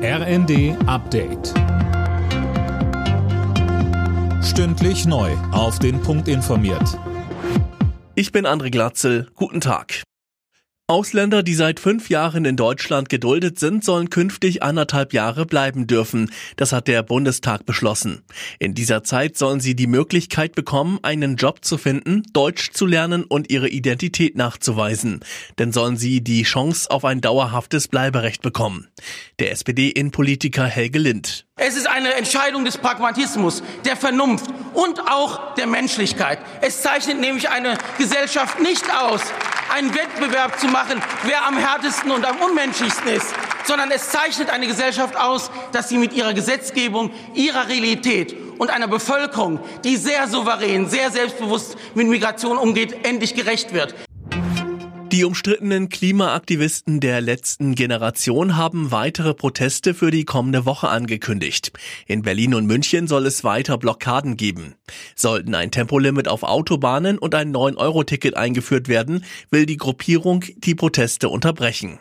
RND Update. Stündlich neu auf den Punkt informiert. Ich bin André Glatzel. Guten Tag. Ausländer, die seit 5 Jahren in Deutschland geduldet sind, sollen künftig 1,5 Jahre bleiben dürfen. Das hat der Bundestag beschlossen. In dieser Zeit sollen sie die Möglichkeit bekommen, einen Job zu finden, Deutsch zu lernen und ihre Identität nachzuweisen. Denn sollen sie die Chance auf ein dauerhaftes Bleiberecht bekommen. Der SPD-Innenpolitiker Helge Lind. Es ist eine Entscheidung des Pragmatismus, der Vernunft und auch der Menschlichkeit. Es zeichnet nämlich eine Gesellschaft nicht aus, einen Wettbewerb zu machen, wer am härtesten und am unmenschlichsten ist, sondern es zeichnet eine Gesellschaft aus, dass sie mit ihrer Gesetzgebung, ihrer Realität und einer Bevölkerung, die sehr souverän, sehr selbstbewusst mit Migration umgeht, endlich gerecht wird. Die umstrittenen Klimaaktivisten der letzten Generation haben weitere Proteste für die kommende Woche angekündigt. In Berlin und München soll es weiter Blockaden geben. Sollten ein Tempolimit auf Autobahnen und ein 9-Euro-Ticket eingeführt werden, will die Gruppierung die Proteste unterbrechen.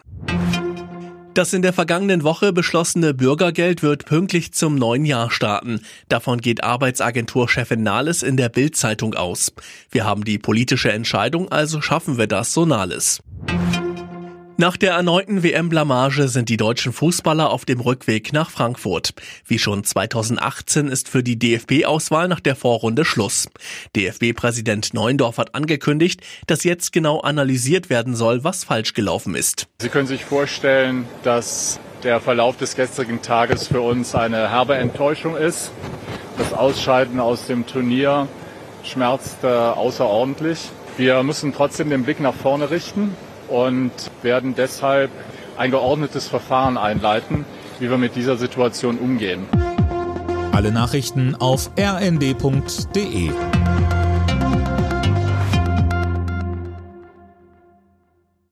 Das in der vergangenen Woche beschlossene Bürgergeld wird pünktlich zum neuen Jahr starten. Davon geht Arbeitsagenturchefin Nahles in der Bild-Zeitung aus. Wir haben die politische Entscheidung, also schaffen wir das, so Nahles. Nach der erneuten WM-Blamage sind die deutschen Fußballer auf dem Rückweg nach Frankfurt. Wie schon 2018 ist für die DFB-Auswahl nach der Vorrunde Schluss. DFB-Präsident Neuendorf hat angekündigt, dass jetzt genau analysiert werden soll, was falsch gelaufen ist. Sie können sich vorstellen, dass der Verlauf des gestrigen Tages für uns eine herbe Enttäuschung ist. Das Ausscheiden aus dem Turnier schmerzt außerordentlich. Wir müssen trotzdem den Blick nach vorne richten und werden deshalb ein geordnetes Verfahren einleiten, wie wir mit dieser Situation umgehen. Alle Nachrichten auf rnd.de.